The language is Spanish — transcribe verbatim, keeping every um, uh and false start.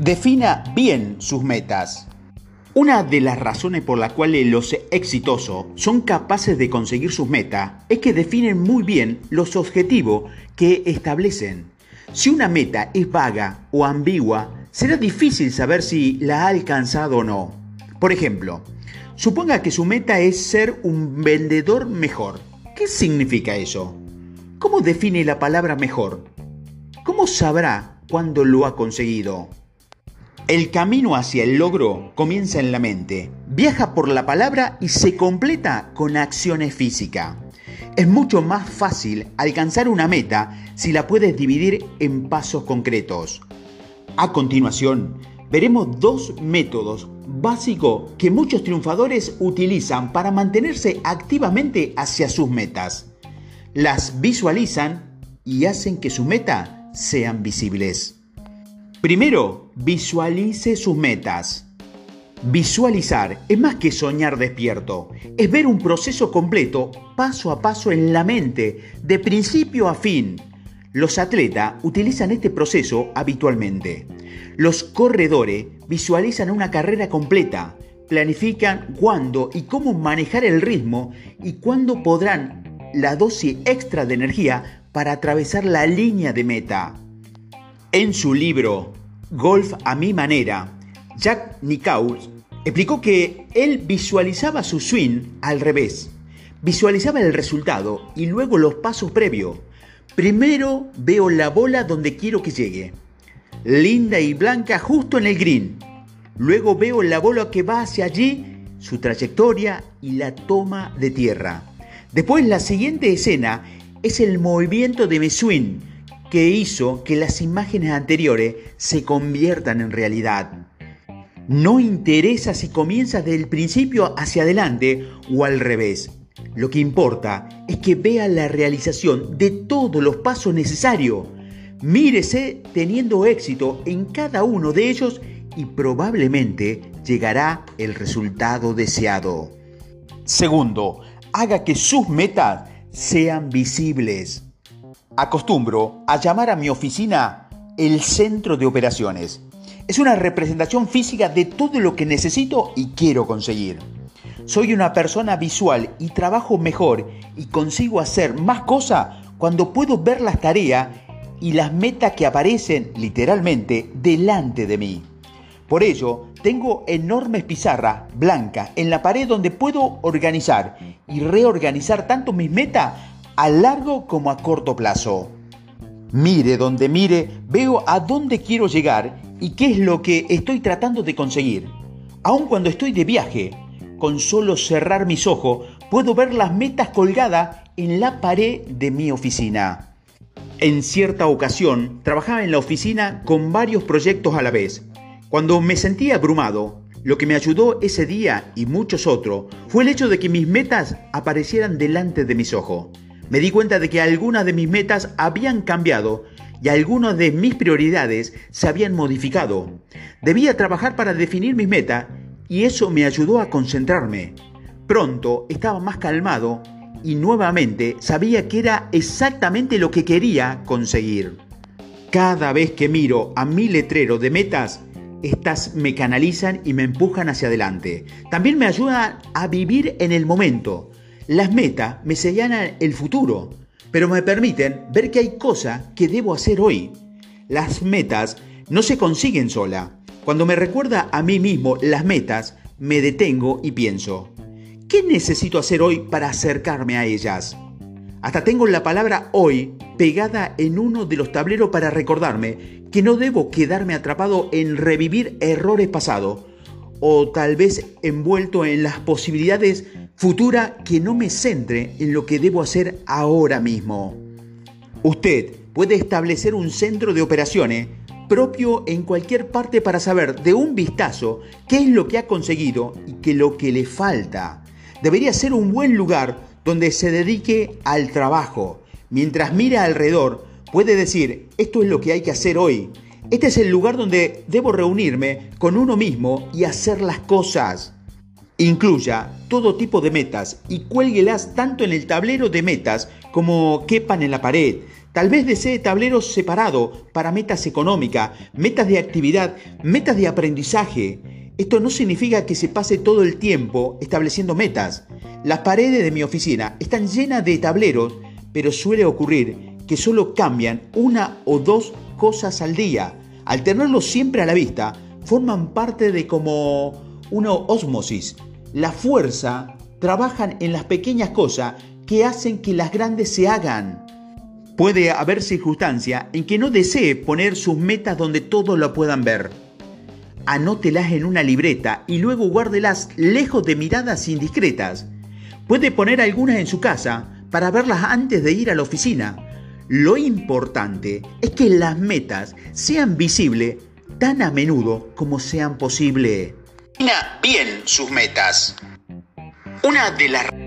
Defina bien sus metas. Una de las razones por las cuales los exitosos son capaces de conseguir sus metas es que definen muy bien los objetivos que establecen. Si una meta es vaga o ambigua, será difícil saber si la ha alcanzado o no. Por ejemplo, suponga que su meta es ser un vendedor mejor. ¿Qué significa eso? ¿Cómo define la palabra mejor? ¿Cómo sabrá cuándo lo ha conseguido? El camino hacia el logro comienza en la mente, viaja por la palabra y se completa con acciones físicas. Es mucho más fácil alcanzar una meta si la puedes dividir en pasos concretos. A continuación, veremos dos métodos básicos que muchos triunfadores utilizan para mantenerse activamente hacia sus metas. Las visualizan y hacen que sus metas sean visibles. Primero, visualice sus metas. Visualizar es más que soñar despierto, es ver un proceso completo, paso a paso en la mente, de principio a fin. Los atletas utilizan este proceso habitualmente. Los corredores visualizan una carrera completa, planifican cuándo y cómo manejar el ritmo y cuándo podrán la dosis extra de energía para atravesar la línea de meta. En su libro Golf a mi manera, Jack Nicklaus explicó que él visualizaba su swing al revés. Visualizaba el resultado y luego los pasos previos. Primero veo la bola donde quiero que llegue, linda y blanca justo en el green. Luego veo la bola que va hacia allí, su trayectoria y la toma de tierra. Después la siguiente escena es el movimiento de mi swing, que hizo que las imágenes anteriores se conviertan en realidad. No interesa si comienza desde el principio hacia adelante o al revés. Lo que importa es que vea la realización de todos los pasos necesarios. Mírese teniendo éxito en cada uno de ellos y probablemente llegará el resultado deseado. Segundo, haga que sus metas sean visibles. Acostumbro a llamar a mi oficina el centro de operaciones. Es una representación física de todo lo que necesito y quiero conseguir. Soy una persona visual y trabajo mejor y consigo hacer más cosas cuando puedo ver las tareas y las metas que aparecen literalmente delante de mí. Por ello, tengo enormes pizarras blancas en la pared donde puedo organizar y reorganizar tanto mis metas a largo como a corto plazo. Mire donde mire, veo a dónde quiero llegar y qué es lo que estoy tratando de conseguir. Aun cuando estoy de viaje, con solo cerrar mis ojos, puedo ver las metas colgadas en la pared de mi oficina. En cierta ocasión, trabajaba en la oficina con varios proyectos a la vez. Cuando me sentía abrumado, lo que me ayudó ese día y muchos otros fue el hecho de que mis metas aparecieran delante de mis ojos. Me di cuenta de que algunas de mis metas habían cambiado y algunas de mis prioridades se habían modificado. Debía trabajar para definir mis metas y eso me ayudó a concentrarme. Pronto estaba más calmado y nuevamente sabía que era exactamente lo que quería conseguir. Cada vez que miro a mi letrero de metas, estas me canalizan y me empujan hacia adelante. También me ayudan a vivir en el momento. Las metas me señalan el futuro, pero me permiten ver que hay cosas que debo hacer hoy. Las metas no se consiguen sola. Cuando me recuerda a mí mismo las metas, me detengo y pienso, ¿qué necesito hacer hoy para acercarme a ellas? Hasta tengo la palabra hoy pegada en uno de los tableros para recordarme que no debo quedarme atrapado en revivir errores pasados o tal vez envuelto en las posibilidades futuras que no me centre en lo que debo hacer ahora mismo. Usted puede establecer un centro de operaciones propio en cualquier parte para saber de un vistazo qué es lo que ha conseguido y qué es lo que le falta. Debería ser un buen lugar donde se dedique al trabajo. Mientras mira alrededor, puede decir, esto es lo que hay que hacer hoy. Este es el lugar donde debo reunirme con uno mismo y hacer las cosas. Incluya todo tipo de metas y cuélguelas tanto en el tablero de metas como quepan en la pared. Tal vez desee tableros separados para metas económicas, metas de actividad, metas de aprendizaje. Esto no significa que se pase todo el tiempo estableciendo metas. Las paredes de mi oficina están llenas de tableros, pero suele ocurrir que solo cambian una o dos cosas al día. Al tenerlos siempre a la vista, forman parte de como una ósmosis. La fuerza trabajan en las pequeñas cosas que hacen que las grandes se hagan. Puede haber circunstancias en que no desee poner sus metas donde todos lo puedan ver. Anótelas en una libreta y luego guárdelas lejos de miradas indiscretas. Puede poner algunas en su casa para verlas antes de ir a la oficina. Lo importante es que las metas sean visibles tan a menudo como sean posible. Defina bien sus metas. Una de las